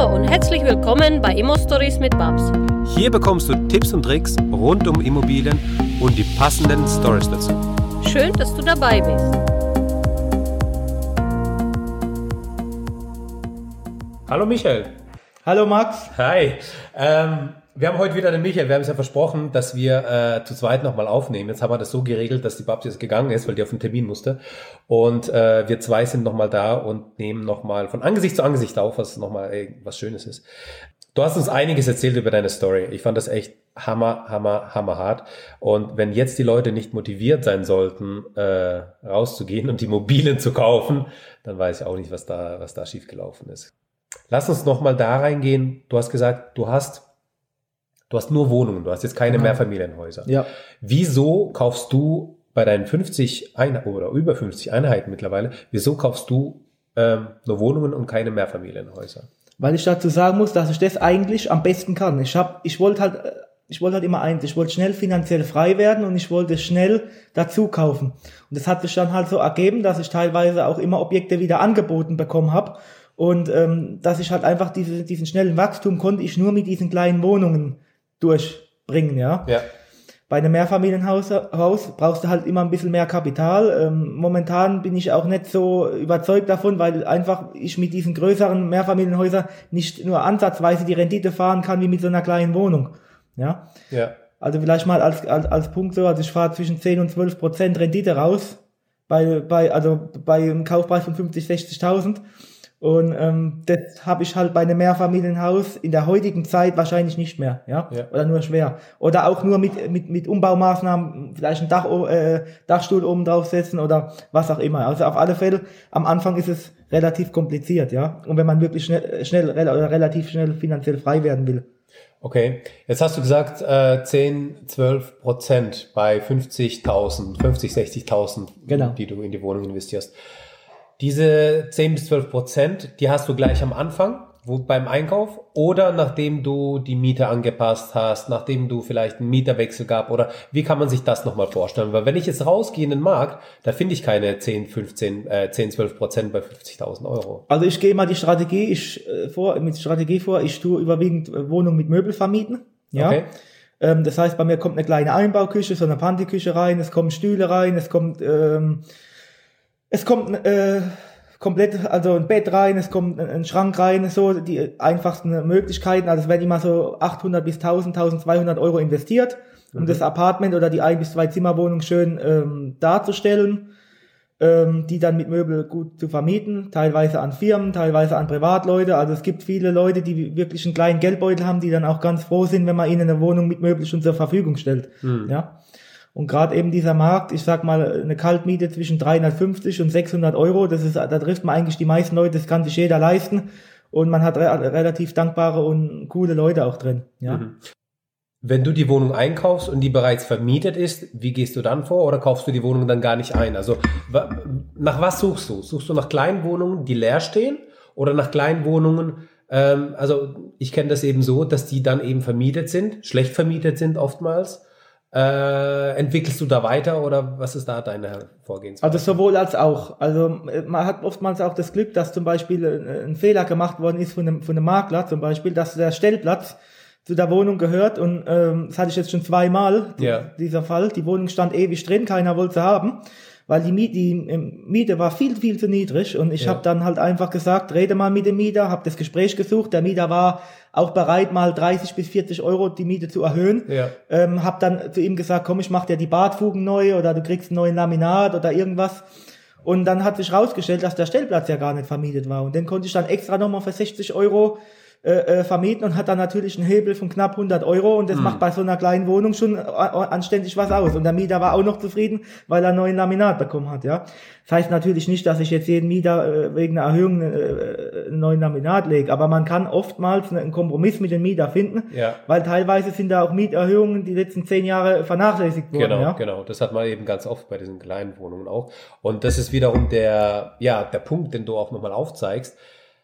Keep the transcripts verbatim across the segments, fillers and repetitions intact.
Hallo und herzlich willkommen bei Immo Stories mit Babs. Hier bekommst du Tipps und Tricks rund um Immobilien und die passenden Stories dazu. Schön, dass du dabei bist. Hallo Michael. Hallo Max. Hi. Ähm, wir haben heute wieder den Michael. Wir haben es ja versprochen, dass wir äh, zu zweit nochmal aufnehmen. Jetzt haben wir das so geregelt, dass die Babs jetzt gegangen ist, weil die auf den Termin musste. Und äh, wir zwei sind nochmal da und nehmen nochmal von Angesicht zu Angesicht auf, was nochmal ey, was Schönes ist. Du hast uns einiges erzählt über deine Story. Ich fand das echt hammer, hammer, hammer hart. Und wenn jetzt die Leute nicht motiviert sein sollten, äh, rauszugehen und die Immobilien zu kaufen, dann weiß ich auch nicht, was da, was da schiefgelaufen ist. Lass uns nochmal da reingehen. Du hast gesagt, du hast, du hast nur Wohnungen. Du hast jetzt keine genau. Mehrfamilienhäuser. Ja. Wieso kaufst du bei deinen fünfzig Einheiten oder über fünfzig Einheiten mittlerweile, wieso kaufst du ähm, nur Wohnungen und keine Mehrfamilienhäuser? Weil ich dazu sagen muss, dass ich das eigentlich am besten kann. Ich hab, ich wollte halt, ich wollte halt immer eins. Ich wollte schnell finanziell frei werden und ich wollte schnell dazu kaufen. Und das hat sich dann halt so ergeben, dass ich teilweise auch immer Objekte wieder angeboten bekommen habe. Und ähm, dass ich halt einfach diese, diesen schnellen Wachstum konnte ich nur mit diesen kleinen Wohnungen durchbringen, ja. Ja. Bei einem Mehrfamilienhaus Haus brauchst du halt immer ein bisschen mehr Kapital. Ähm, momentan bin ich auch nicht so überzeugt davon, weil einfach ich mit diesen größeren Mehrfamilienhäusern nicht nur ansatzweise die Rendite fahren kann wie mit so einer kleinen Wohnung, ja. Ja. Also vielleicht mal als als, als Punkt so, also ich fahre zwischen zehn und zwölf Prozent Rendite raus bei bei also bei einem Kaufpreis von fünfzig, sechzigtausend. Und ähm, das habe ich halt bei einem Mehrfamilienhaus in der heutigen Zeit wahrscheinlich nicht mehr, ja, ja. Oder nur schwer. Oder auch nur mit mit mit Umbaumaßnahmen, vielleicht ein Dach, äh, Dachstuhl oben draufsetzen oder was auch immer. Also auf alle Fälle, am Anfang ist es relativ kompliziert, ja. Und wenn man wirklich schnell, schnell oder relativ schnell finanziell frei werden will. Okay, jetzt hast du gesagt äh, zehn, zwölf Prozent bei fünfzigtausend, fünfzig, sechzigtausend, genau. Die du in die Wohnung investierst. Diese zehn bis zwölf Prozent, die hast du gleich am Anfang, wo beim Einkauf oder nachdem du die Miete angepasst hast, nachdem du vielleicht einen Mieterwechsel gab oder wie kann man sich das nochmal vorstellen? Weil wenn ich jetzt rausgehe in den Markt, da finde ich keine zehn, fünfzehn, äh, zehn, zwölf Prozent bei fünfzigtausend Euro. Also ich gehe mal die Strategie ich äh, vor mit Strategie vor. Ich tue überwiegend Wohnungen mit Möbel vermieten. Ja. Okay. Ähm, das heißt, bei mir kommt eine kleine Einbauküche, so eine Pantyküche rein, es kommen Stühle rein, es kommt ähm, Es kommt äh, komplett, also ein Bett rein, es kommt ein Schrank rein, so die einfachsten Möglichkeiten. Also es werden immer so achthundert bis tausend, tausendzweihundert Euro investiert, um mhm. das Apartment oder die ein bis zwei Zimmerwohnung schön ähm, darzustellen, ähm, die dann mit Möbel gut zu vermieten, teilweise an Firmen, teilweise an Privatleute. Also es gibt viele Leute, die wirklich einen kleinen Geldbeutel haben, die dann auch ganz froh sind, wenn man ihnen eine Wohnung mit Möbel schon zur Verfügung stellt. Mhm. Ja. Und gerade eben dieser Markt, ich sag mal, eine Kaltmiete zwischen dreihundertfünfzig und sechshundert Euro, das ist, da trifft man eigentlich die meisten Leute, das kann sich jeder leisten. Und man hat re- relativ dankbare und coole Leute auch drin, ja. Mhm. Wenn du die Wohnung einkaufst und die bereits vermietet ist, wie gehst du dann vor oder kaufst du die Wohnung dann gar nicht ein? Also, nach was suchst du? Suchst du nach kleinen Wohnungen, die leer stehen oder nach kleinen Wohnungen? Ähm, also, ich kenne das eben so, dass die dann eben vermietet sind, schlecht vermietet sind oftmals. Äh, entwickelst du da weiter oder was ist da deine Vorgehensweise? Also sowohl als auch. Also man hat oftmals auch das Glück, dass zum Beispiel ein Fehler gemacht worden ist von einem, von einem Makler zum Beispiel, dass der Stellplatz zu der Wohnung gehört und ähm, das hatte ich jetzt schon zweimal, die, ja. dieser Fall. Die Wohnung stand ewig drin, keiner wollte sie haben, weil die Miete, die Miete war viel, viel zu niedrig und ich ja. habe dann halt einfach gesagt, rede mal mit dem Mieter, habe das Gespräch gesucht, der Mieter war auch bereit, mal dreißig bis vierzig Euro die Miete zu erhöhen. Ja. Ähm, hab dann zu ihm gesagt, komm, ich mach dir die Badfugen neu oder du kriegst einen neuen Laminat oder irgendwas. Und dann hat sich rausgestellt, dass der Stellplatz ja gar nicht vermietet war. Und den konnte ich dann extra nochmal für sechzig Euro äh, äh, vermieten und hat dann natürlich einen Hebel von knapp hundert Euro und das mhm. macht bei so einer kleinen Wohnung schon anständig was aus. Und der Mieter war auch noch zufrieden, weil er einen neuen Laminat bekommen hat, ja. Das heißt natürlich nicht, dass ich jetzt jeden Mieter äh, wegen einer Erhöhung äh, einen neuen Laminat lege, aber man kann oftmals einen Kompromiss mit dem Mieter finden, ja. weil teilweise sind da auch Mieterhöhungen die letzten zehn Jahre vernachlässigt worden. Genau, ja? genau. Das hat man eben ganz oft bei diesen kleinen Wohnungen auch. Und das ist wiederum der, ja, der Punkt, den du auch nochmal aufzeigst.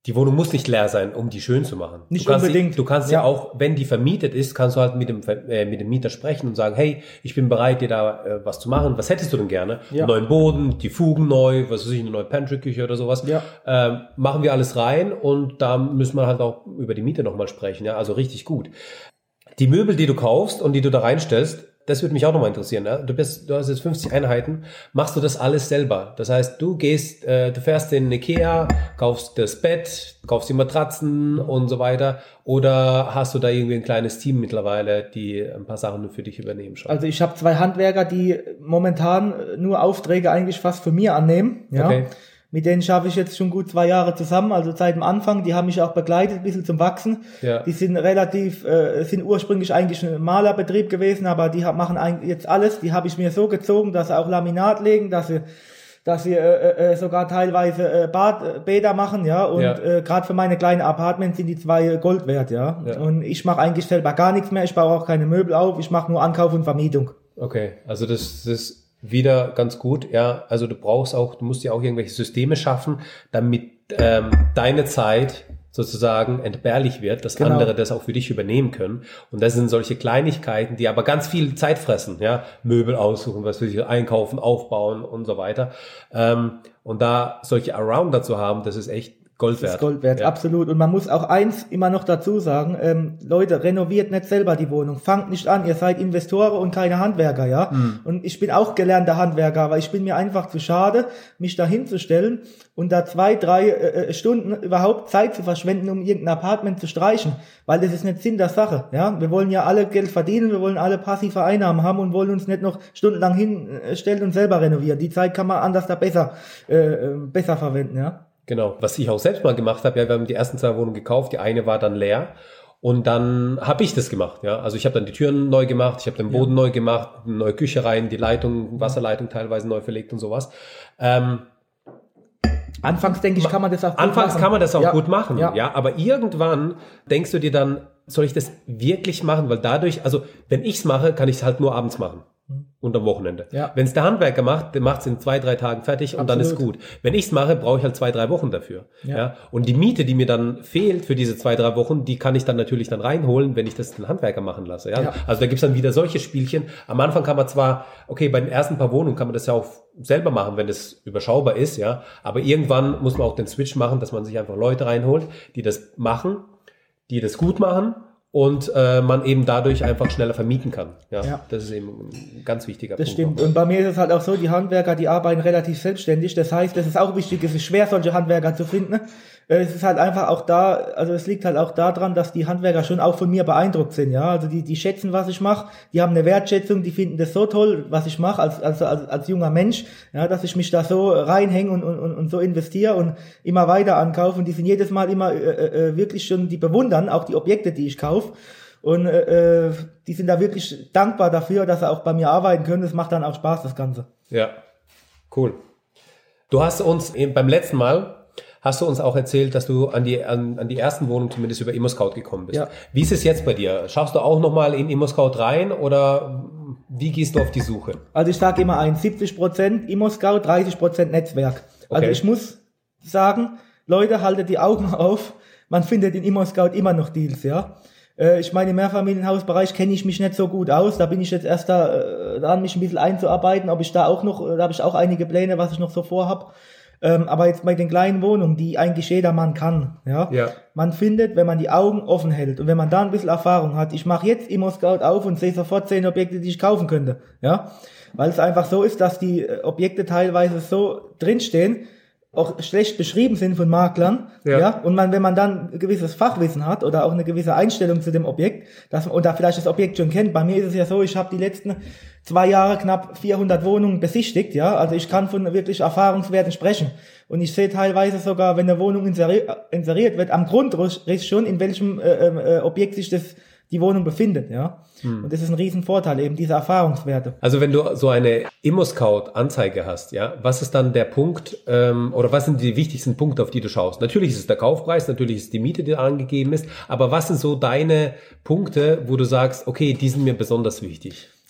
Die Wohnung muss nicht leer sein, um die schön zu machen. Nicht du kannst unbedingt. Die, du kannst ja. ja auch, wenn die vermietet ist, kannst du halt mit dem äh, mit dem Mieter sprechen und sagen, hey, ich bin bereit, dir da äh, was zu machen. Was hättest du denn gerne? Ja. Einen neuen Boden, die Fugen neu, was weiß ich, eine neue Pantry-Küche oder sowas. Ja. Ähm, machen wir alles rein und da müssen wir halt auch über die Miete nochmal sprechen. Ja, also richtig gut. Die Möbel, die du kaufst und die du da reinstellst, das würde mich auch nochmal interessieren. Ja? Du bist, du hast jetzt fünfzig Einheiten, machst du das alles selber? Das heißt, du gehst, äh, du fährst in Ikea, kaufst das Bett, kaufst die Matratzen und so weiter. Oder hast du da irgendwie ein kleines Team mittlerweile, die ein paar Sachen für dich übernehmen schon? Also ich habe zwei Handwerker, die momentan nur Aufträge eigentlich fast von mir annehmen. Ja. Okay. Mit denen schaffe ich jetzt schon gut zwei Jahre zusammen, also seit dem Anfang. Die haben mich auch begleitet, ein bisschen zum Wachsen. Ja. Die sind relativ, äh, sind ursprünglich eigentlich ein Malerbetrieb gewesen, aber die machen eigentlich jetzt alles. Die habe ich mir so gezogen, dass sie auch Laminat legen, dass sie, dass sie äh, äh, sogar teilweise äh, Bad, Bäder machen, ja. Und ja. äh, gerade für meine kleinen Apartments sind die zwei Gold wert, ja. ja. Und ich mache eigentlich selber gar nichts mehr. Ich baue auch keine Möbel auf. Ich mache nur Ankauf und Vermietung. Okay, also das, das ist wieder ganz gut, ja, also du brauchst auch, du musst ja auch irgendwelche Systeme schaffen, damit ähm, deine Zeit sozusagen entbehrlich wird, dass genau. andere das auch für dich übernehmen können. Und das sind solche Kleinigkeiten, die aber ganz viel Zeit fressen, ja, Möbel aussuchen, was will ich, einkaufen, aufbauen und so weiter. Ähm, und da solche Arounder zu haben, das ist echt Gold wert. Das ist Gold wert, ja. Absolut. Und man muss auch eins immer noch dazu sagen, ähm, Leute, renoviert nicht selber die Wohnung. Fangt nicht an, ihr seid Investoren und keine Handwerker, ja. Mhm. Und ich bin auch gelernter Handwerker, aber ich bin mir einfach zu schade, mich da hinzustellen und da zwei, drei äh, Stunden überhaupt Zeit zu verschwenden, um irgendein Apartment zu streichen. Weil das ist nicht Sinn der Sache, ja. Wir wollen ja alle Geld verdienen, wir wollen alle passive Einnahmen haben und wollen uns nicht noch stundenlang hinstellen und selber renovieren. Die Zeit kann man anders da besser, äh, besser verwenden, ja. Genau, was ich auch selbst mal gemacht habe, ja, wir haben die ersten zwei Wohnungen gekauft, die eine war dann leer und dann habe ich das gemacht, ja, also ich habe dann die Türen neu gemacht, ich habe den Boden ja. neu gemacht, eine neue Küche rein, die Leitung, Wasserleitung teilweise neu verlegt und sowas. Ähm, Anfangs denke ich, kann man das auch gut Anfangs machen. Anfangs kann man das auch ja. gut machen, ja. ja, aber irgendwann denkst du dir dann, soll ich das wirklich machen, weil dadurch, also wenn ich's mache, kann ich es halt nur abends machen. Und am Wochenende. Ja. Wenn es der Handwerker macht, der macht es in zwei, drei Tagen fertig und Absolut. Dann ist gut. Wenn ich es mache, brauche ich halt zwei, drei Wochen dafür. Ja. Ja. Und die Miete, die mir dann fehlt für diese zwei, drei Wochen, die kann ich dann natürlich dann reinholen, wenn ich das den Handwerker machen lasse. Ja. Ja. Also da gibt's dann wieder solche Spielchen. Am Anfang kann man zwar, okay, bei den ersten paar Wohnungen kann man das ja auch selber machen, wenn das überschaubar ist, ja. Aber irgendwann muss man auch den Switch machen, dass man sich einfach Leute reinholt, die das machen, die das gut machen. Und äh, man eben dadurch einfach schneller vermieten kann. Ja, ja. Das ist eben ein ganz wichtiger das Punkt. Das stimmt. Und bei mir ist es halt auch so, die Handwerker, die arbeiten relativ selbstständig. Das heißt, es ist auch wichtig, es ist schwer, solche Handwerker zu finden. Es ist halt einfach auch da, also es liegt halt auch daran, dass die Handwerker schon auch von mir beeindruckt sind, ja. Also die, die schätzen, was ich mache, die haben eine Wertschätzung, die finden das so toll, was ich mache als, als, als, als junger Mensch, ja, dass ich mich da so reinhänge und, und, und so investiere und immer weiter ankaufe. Und die sind jedes Mal immer äh, äh, wirklich schon, die bewundern auch die Objekte, die ich kaufe. Und äh, die sind da wirklich dankbar dafür, dass sie auch bei mir arbeiten können. Das macht dann auch Spaß, das Ganze. Ja, cool. Du hast uns beim letzten Mal hast du uns auch erzählt, dass du an die an, an die ersten Wohnungen zumindest über ImmoScout gekommen bist. Ja. Wie ist es jetzt bei dir? Schaust du auch nochmal in ImmoScout rein oder wie gehst du auf die Suche? Also ich sage immer ein, siebzig Prozent ImmoScout, dreißig Prozent Netzwerk. Okay. Also ich muss sagen, Leute, haltet die Augen auf, man findet in ImmoScout immer noch Deals, ja. Ich meine, im Mehrfamilienhausbereich kenne ich mich nicht so gut aus. Da bin ich jetzt erst da äh, dran, mich ein bisschen einzuarbeiten, ob ich da auch noch, da habe ich auch einige Pläne, was ich noch so vorhab. Ähm, aber jetzt bei den kleinen Wohnungen, die eigentlich jeder Mann kann, ja? Ja. Man findet, wenn man die Augen offen hält und wenn man da ein bisschen Erfahrung hat. Ich mache jetzt ImmoScout auf und sehe sofort zehn Objekte, die ich kaufen könnte, ja, weil es einfach so ist, dass die Objekte teilweise so drinstehen, auch schlecht beschrieben sind von Maklern, ja, ja? Und man, wenn man dann ein gewisses Fachwissen hat oder auch eine gewisse Einstellung zu dem Objekt, dass man, oder vielleicht das Objekt schon kennt. Bei mir ist es ja so, ich habe die letzten zwei Jahre knapp vierhundert Wohnungen besichtigt, ja, also ich kann von wirklich Erfahrungswerten sprechen. Und ich sehe teilweise sogar, wenn eine Wohnung inseriert, inseriert wird, am Grundriss schon, in welchem äh, äh, Objekt sich das die Wohnung befindet, ja. Hm. Und das ist ein Riesenvorteil, eben diese Erfahrungswerte. Also wenn du so eine ImmoScout-Anzeige hast, ja, was ist dann der Punkt, ähm, oder was sind die wichtigsten Punkte, auf die du schaust? Natürlich ist es der Kaufpreis, natürlich ist es die Miete, die angegeben ist, aber was sind so deine Punkte, wo du sagst, okay, die sind mir besonders wichtig?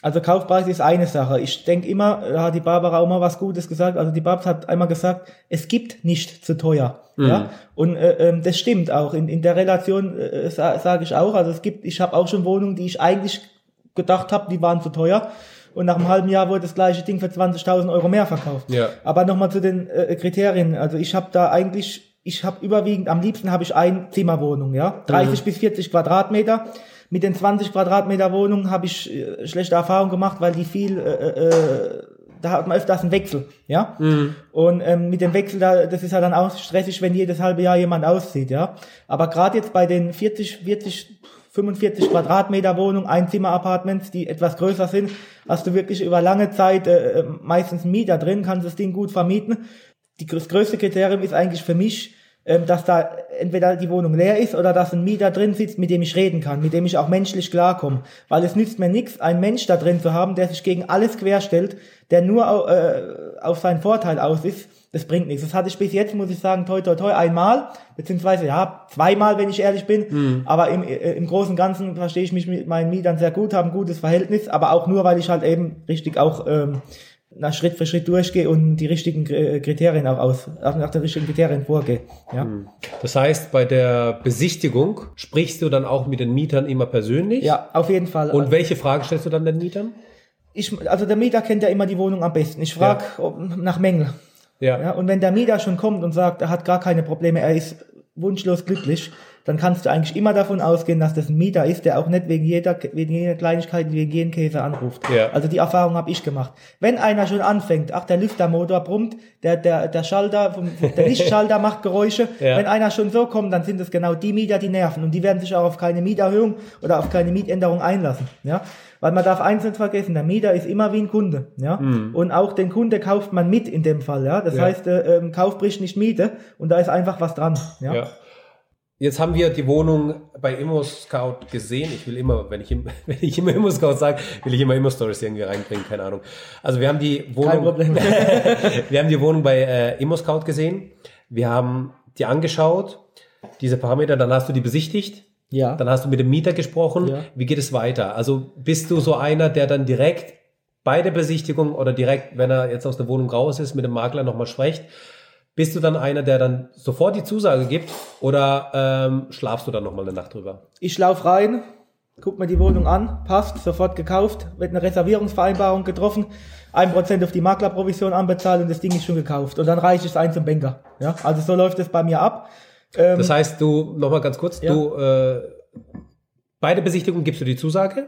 Also Kaufpreis ist eine Sache. Ich denke immer, da hat die Barbara auch mal was Gutes gesagt. Also die Babs hat einmal gesagt, es gibt nicht zu teuer. Mhm. Ja, und äh, das stimmt auch. In, in der Relation äh, sa- sage ich auch. Also es gibt, ich habe auch schon Wohnungen, die ich eigentlich gedacht habe, die waren zu teuer. Und nach einem halben Jahr wurde das gleiche Ding für zwanzigtausend Euro mehr verkauft. Ja. Aber nochmal zu den äh, Kriterien. Also ich habe da eigentlich, ich habe überwiegend, am liebsten habe ich eine Zimmerwohnung, ja, dreißig mhm. bis vierzig Quadratmeter. Mit den zwanzig Quadratmeter Wohnungen habe ich äh, schlechte Erfahrungen gemacht, weil die viel, äh, äh, da hat man öfters einen Wechsel, ja. Mhm. Und ähm, mit dem Wechsel, da, das ist ja dann auch stressig, wenn jedes halbe Jahr jemand auszieht, ja. Aber gerade jetzt bei den vierzig, vierzig, fünfundvierzig Quadratmeter Wohnungen, Einzimmer-Apartments, die etwas größer sind, hast du wirklich über lange Zeit äh, meistens einen Mieter drin, kannst das Ding gut vermieten. Die, das größte Kriterium ist eigentlich für mich, dass da entweder die Wohnung leer ist oder dass ein Mieter drin sitzt, mit dem ich reden kann, mit dem ich auch menschlich klarkomme. Weil es nützt mir nichts, einen Mensch da drin zu haben, der sich gegen alles querstellt, der nur äh, auf seinen Vorteil aus ist. Das bringt nichts. Das hatte ich bis jetzt, muss ich sagen, toi toi toi einmal, beziehungsweise ja, zweimal, wenn ich ehrlich bin. Mhm. Aber im, äh, im Großen und Ganzen verstehe ich mich mit meinen Mietern sehr gut, habe ein gutes Verhältnis, aber auch nur, weil ich halt eben richtig auch ähm, nach Schritt für Schritt durchgehe und die richtigen Kriterien auch aus, nach den richtigen Kriterien vorgehe. Ja. Das heißt, bei der Besichtigung sprichst du dann auch mit den Mietern immer persönlich? Ja, auf jeden Fall. Und welche Fragen stellst du dann den Mietern? Ich, also der Mieter kennt ja immer die Wohnung am besten. Ich frage ja. nach Mängel. Ja. Ja. Und wenn der Mieter schon kommt und sagt, er hat gar keine Probleme, er ist wunschlos glücklich, dann kannst du eigentlich immer davon ausgehen, dass das ein Mieter ist, der auch nicht wegen jeder, wegen jeder Kleinigkeit, wegen jeden Käse anruft. Ja. Also die Erfahrung habe ich gemacht. Wenn einer schon anfängt, ach, der Lüftermotor brummt, der, der, der Schalter, der Lichtschalter macht Geräusche. Ja. Wenn einer schon so kommt, dann sind es genau die Mieter, die nerven. Und die werden sich auch auf keine Mieterhöhung oder auf keine Mietänderung einlassen. Ja. Weil man darf eins nicht vergessen, der Mieter ist immer wie ein Kunde, ja. Mhm. Und auch den Kunde kauft man mit in dem Fall, ja. Das ja. heißt, äh, äh, Kauf bricht nicht Miete und da ist einfach was dran, ja. ja. Jetzt haben wir die Wohnung bei ImmoScout gesehen. Ich will immer, wenn ich, wenn ich immer ImmoScout sage, will ich immer ImmoStories irgendwie reinbringen, keine Ahnung. Also wir haben die Wohnung, Kein Problem. wir haben die Wohnung bei äh, ImmoScout gesehen. Wir haben die angeschaut, diese Parameter, dann hast du die besichtigt. Ja. Dann hast du mit dem Mieter gesprochen. Ja. Wie geht es weiter? Also bist du so einer, der dann direkt bei der Besichtigung oder direkt, wenn er jetzt aus der Wohnung raus ist, mit dem Makler nochmal spricht? Bist du dann einer, der dann sofort die Zusage gibt oder ähm, schlafst du dann nochmal eine Nacht drüber? Ich lauf rein, guck mir die Wohnung an, passt, sofort gekauft, wird eine Reservierungsvereinbarung getroffen, ein Prozent auf die Maklerprovision anbezahlt und das Ding ist schon gekauft. Und dann reiche ich es ein zum Banker. Ja? Also so läuft es bei mir ab. Ähm, das heißt, du, nochmal ganz kurz, ja. du äh, bei der Besichtigung gibst du die Zusage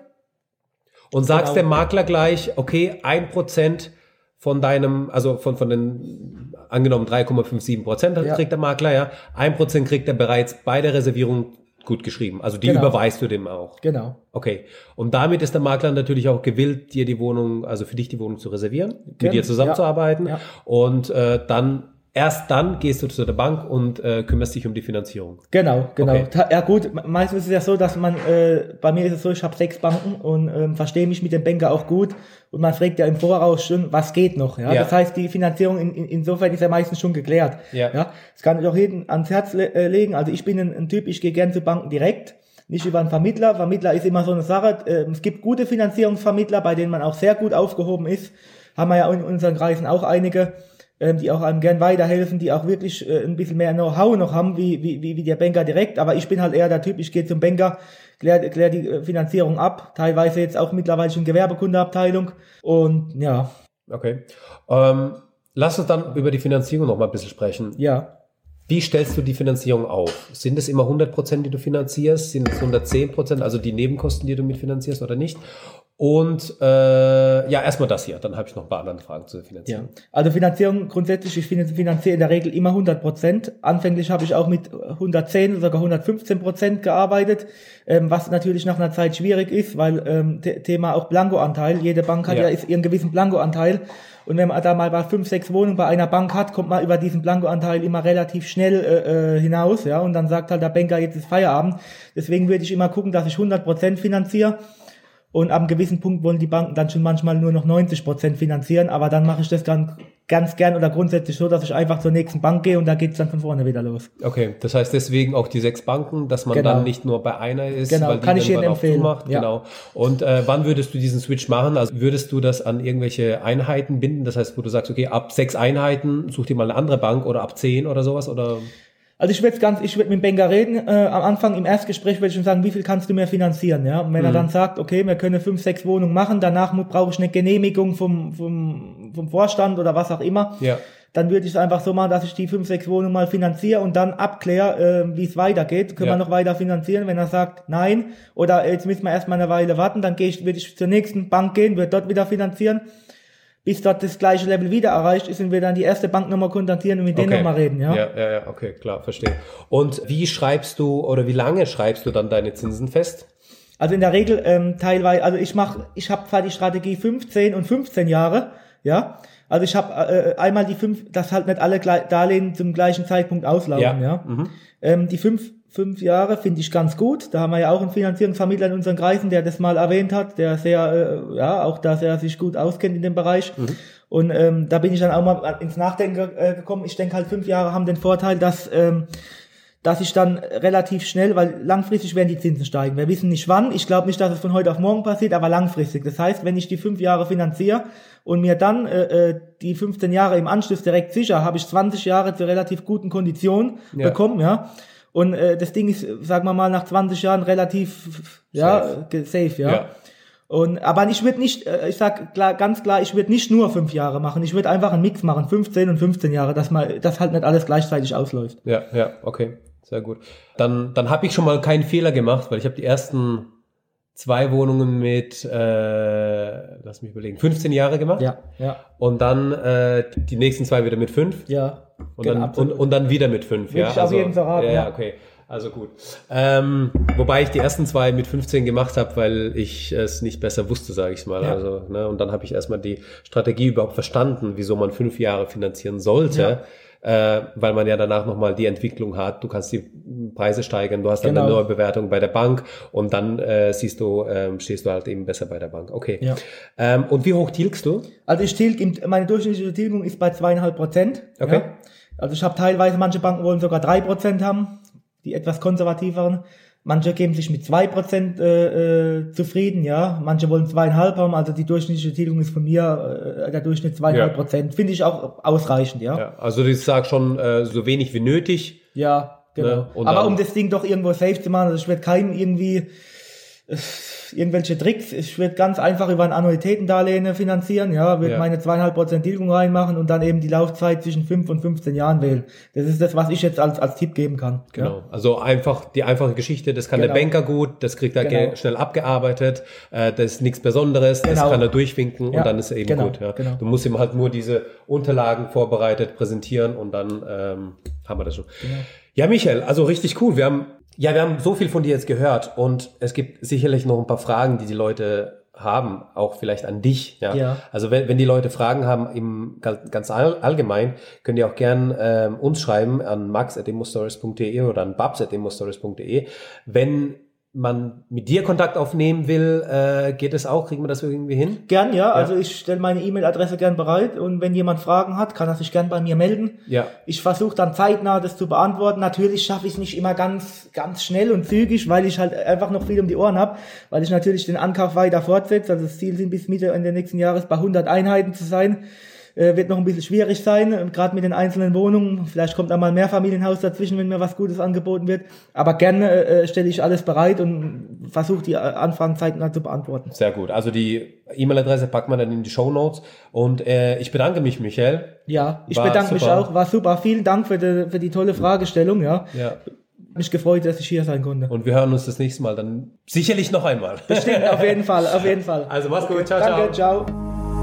und sagst genau. dem Makler gleich, okay, ein Prozent von deinem, also von, von den, angenommen drei Komma fünfundsiebzig Prozent ja. kriegt der Makler, ja. ein Prozent kriegt er bereits bei der Reservierung gut geschrieben. Also die genau. überweist du dem auch. Genau. Okay. Und damit ist der Makler natürlich auch gewillt, dir die Wohnung, also für dich die Wohnung zu reservieren, Gen- mit dir zusammenzuarbeiten. Ja. Ja. Und äh, dann erst dann gehst du zu der Bank und äh, kümmerst dich um die Finanzierung. Genau, genau. Okay. Ja gut, meistens ist es ja so, dass man, äh, bei mir ist es so, ich habe sechs Banken und ähm, verstehe mich mit dem Banker auch gut und man fragt ja im Voraus schon, was geht noch. Ja? ja. Das heißt, die Finanzierung in, in, insofern ist ja meistens schon geklärt. Ja. Ja? Das kann ich auch jedem ans Herz le- äh, legen. Also ich bin ein, ein Typ, ich gehe gern zu Banken direkt, nicht über einen Vermittler. Vermittler ist immer so eine Sache. Äh, es gibt gute Finanzierungsvermittler, bei denen man auch sehr gut aufgehoben ist. Haben wir ja in unseren Kreisen auch einige, die auch einem gern weiterhelfen, die auch wirklich äh, ein bisschen mehr Know-how noch haben, wie, wie, wie der Banker direkt. Aber ich bin halt eher der Typ, ich gehe zum Banker, klär, klär die Finanzierung ab, teilweise jetzt auch mittlerweile schon Gewerbekundeabteilung und ja. Okay. Ähm, lass uns dann über die Finanzierung noch mal ein bisschen sprechen. Ja. Wie stellst du die Finanzierung auf? Sind es immer hundert Prozent, die du finanzierst? Sind es hundertzehn Prozent, also die Nebenkosten, die du mitfinanzierst oder nicht? Und äh, ja, erstmal das hier, dann habe ich noch ein paar andere Fragen zur Finanzierung. Ja. Also Finanzierung grundsätzlich, ich finanziere in der Regel immer hundert Prozent. Anfänglich habe ich auch mit hundertzehn, sogar hundertfünfzehn Prozent gearbeitet, ähm, was natürlich nach einer Zeit schwierig ist, weil ähm, t- Thema auch Blankoanteil, jede Bank hat ja, ja ihren gewissen Blankoanteil. Und wenn man da mal bei fünf, sechs Wohnungen bei einer Bank hat, kommt man über diesen Blankoanteil immer relativ schnell äh, hinaus, ja, und dann sagt halt der Banker, jetzt ist Feierabend. Deswegen würde ich immer gucken, dass ich hundert Prozent finanziere. Und ab einem gewissen Punkt wollen die Banken dann schon manchmal nur noch neunzig Prozent finanzieren, aber dann mache ich das dann ganz gern oder grundsätzlich so, dass ich einfach zur nächsten Bank gehe und da geht's dann von vorne wieder los. Okay, das heißt deswegen auch die sechs Banken, dass man Genau. dann nicht nur bei einer ist, Genau, weil die kann ich jedem dann auch empfehlen. zumacht. Ja. Genau. Und äh, wann würdest du diesen Switch machen? Also würdest du das an irgendwelche Einheiten binden? Das heißt, wo du sagst, okay, ab sechs Einheiten such dir mal eine andere Bank oder ab zehn oder sowas? Oder? Also ich würde ganz, ich würde mit dem Banker reden. Äh, am Anfang im Erstgespräch würde ich schon sagen, wie viel kannst du mir finanzieren, ja? Und wenn mhm. er dann sagt, okay, wir können fünf, sechs Wohnungen machen, danach brauche ich eine Genehmigung vom vom vom Vorstand oder was auch immer. Ja. Dann würde ich es einfach so machen, dass ich die fünf, sechs Wohnungen mal finanziere und dann abkläre, äh, wie es weitergeht. Können ja. wir noch weiter finanzieren? Wenn er sagt, nein, oder jetzt müssen wir erstmal eine Weile warten, dann gehe ich, würde ich zur nächsten Bank gehen, würde dort wieder finanzieren. Bis dort das gleiche Level wieder erreicht ist und wir dann die erste Bank nochmal kontaktieren und mit denen okay. nochmal reden, ja? Ja, ja, ja, okay, klar, verstehe. Und wie schreibst du oder wie lange schreibst du dann deine Zinsen fest? Also in der Regel ähm, teilweise, also ich mache, ich habe zwar die Strategie fünfzehn und fünfzehn Jahre, ja, also ich habe äh, einmal die fünf, dass halt nicht alle Darlehen zum gleichen Zeitpunkt auslaufen, ja. ja. Mhm. Ähm, die fünf Fünf Jahre finde ich ganz gut. Da haben wir ja auch einen Finanzierungsvermittler in unseren Kreisen, der das mal erwähnt hat, der sehr, äh, ja, auch da sehr sich gut auskennt in dem Bereich. Mhm. Und ähm, da bin ich dann auch mal ins Nachdenken äh, gekommen. Ich denke halt, fünf Jahre haben den Vorteil, dass ähm, dass ich dann relativ schnell, weil langfristig werden die Zinsen steigen. Wir wissen nicht wann. Ich glaube nicht, dass es von heute auf morgen passiert, aber langfristig. Das heißt, wenn ich die fünf Jahre finanziere und mir dann äh, die fünfzehn Jahre im Anschluss direkt sicher, habe ich zwanzig Jahre zu relativ guten Konditionen ja. bekommen, ja. Und äh, das Ding ist, sagen wir mal, nach zwanzig Jahren relativ ja safe, safe ja. ja. Und aber ich würde nicht, äh, ich sag klar, ganz klar, ich würde nicht nur fünf Jahre machen. Ich würde einfach einen Mix machen, fünfzehn und fünfzehn Jahre, dass man, dass halt nicht alles gleichzeitig ausläuft. Ja, ja, okay, sehr gut. Dann, dann habe ich schon mal keinen Fehler gemacht, weil ich habe die ersten zwei Wohnungen mit, äh, lass mich überlegen, fünfzehn Jahre gemacht. Ja, ja. Und dann äh, die nächsten zwei wieder mit fünf. Ja. Und, genau, dann, und, und dann wieder mit fünf, Würde ja. ich also, auf jeden Fall raten, ja, ja, okay. Also gut. Ähm, wobei ich die ersten zwei mit fünfzehn gemacht habe, weil ich es nicht besser wusste, sage ich mal. Ja. Also, ne, und dann habe ich erstmal die Strategie überhaupt verstanden, wieso man fünf Jahre finanzieren sollte. Ja. Äh, weil man ja danach nochmal die Entwicklung hat. Du kannst die Preise steigern, du hast dann genau. eine neue Bewertung bei der Bank und dann äh, siehst du, ähm, stehst du halt eben besser bei der Bank. Okay. Ja. Ähm, und wie hoch tilgst du? Also ich tilg, meine durchschnittliche Tilgung ist bei zweieinhalb Prozent. Okay. Ja. Also ich habe teilweise, manche Banken wollen sogar drei Prozent haben, die etwas konservativeren. Manche geben sich mit zwei Prozent äh, äh, zufrieden, ja. Manche wollen zweieinhalb haben, also die durchschnittliche Tilgung ist von mir, äh, der Durchschnitt zweieinhalb Prozent. Finde ich auch ausreichend, ja. ja also ich sag schon, äh, so wenig wie nötig. Ja, genau. Ne? Aber um das Ding doch irgendwo safe zu machen, also ich werde keinen irgendwie äh, irgendwelche Tricks, ich werde ganz einfach über ein Annuitätendarlehen finanzieren, ja, würde ja. meine zweieinhalb Prozent Tilgung reinmachen und dann eben die Laufzeit zwischen fünf und fünfzehn Jahren wählen. Das ist das, was ich jetzt als als Tipp geben kann. Genau, ja. also einfach die einfache Geschichte, das kann genau. der Banker gut, das kriegt er genau. schnell abgearbeitet, äh, das ist nichts Besonderes, genau. das kann er durchwinken ja. und dann ist er eben genau. gut. Ja. Genau. Du musst ihm halt nur diese Unterlagen vorbereitet präsentieren und dann ähm, haben wir das schon. Genau. Ja, Michael, also richtig cool. Wir haben Ja, wir haben so viel von dir jetzt gehört und es gibt sicherlich noch ein paar Fragen, die die Leute haben, auch vielleicht an dich. Ja. ja. Also wenn, wenn die Leute Fragen haben im ganz all, allgemein, könnt ihr auch gern ähm, uns schreiben an max at immostories punkt de oder an babs at immostories punkt de. Wenn man mit dir Kontakt aufnehmen will, äh, geht es auch? Kriegen wir das irgendwie hin? Gern, ja. ja. Also ich stelle meine E-Mail-Adresse gern bereit und wenn jemand Fragen hat, kann er sich gern bei mir melden. Ja. Ich versuche dann zeitnah das zu beantworten. Natürlich schaffe ich es nicht immer ganz ganz schnell und zügig, weil ich halt einfach noch viel um die Ohren habe, weil ich natürlich den Ankauf weiter fortsetze. Also das Ziel sind bis Mitte Ende nächsten Jahres bei hundert Einheiten zu sein. Äh, wird noch ein bisschen schwierig sein, gerade mit den einzelnen Wohnungen. Vielleicht kommt da mal ein Mehrfamilienhaus dazwischen, wenn mir was Gutes angeboten wird. Aber gerne äh, stelle ich alles bereit und versuche die Anfragen zeitnah zu beantworten. Sehr gut. Also die E-Mail-Adresse packt man dann in die Shownotes. Und äh, ich bedanke mich, Michael. Ja, ich war bedanke super. mich auch. War super. Vielen Dank für die, für die tolle Fragestellung. Ja. Ja. Mich gefreut, dass ich hier sein konnte. Und wir hören uns das nächste Mal dann sicherlich noch einmal. Bestimmt, auf jeden Fall, auf jeden Fall. Also mach's okay. gut. Ciao, Danke, ciao. ciao.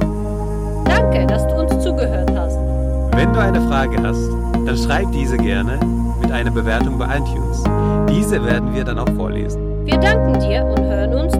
Danke, dass du uns zugehört hast. Wenn du eine Frage hast, dann schreib diese gerne mit einer Bewertung bei iTunes. Diese werden wir dann auch vorlesen. Wir danken dir und hören uns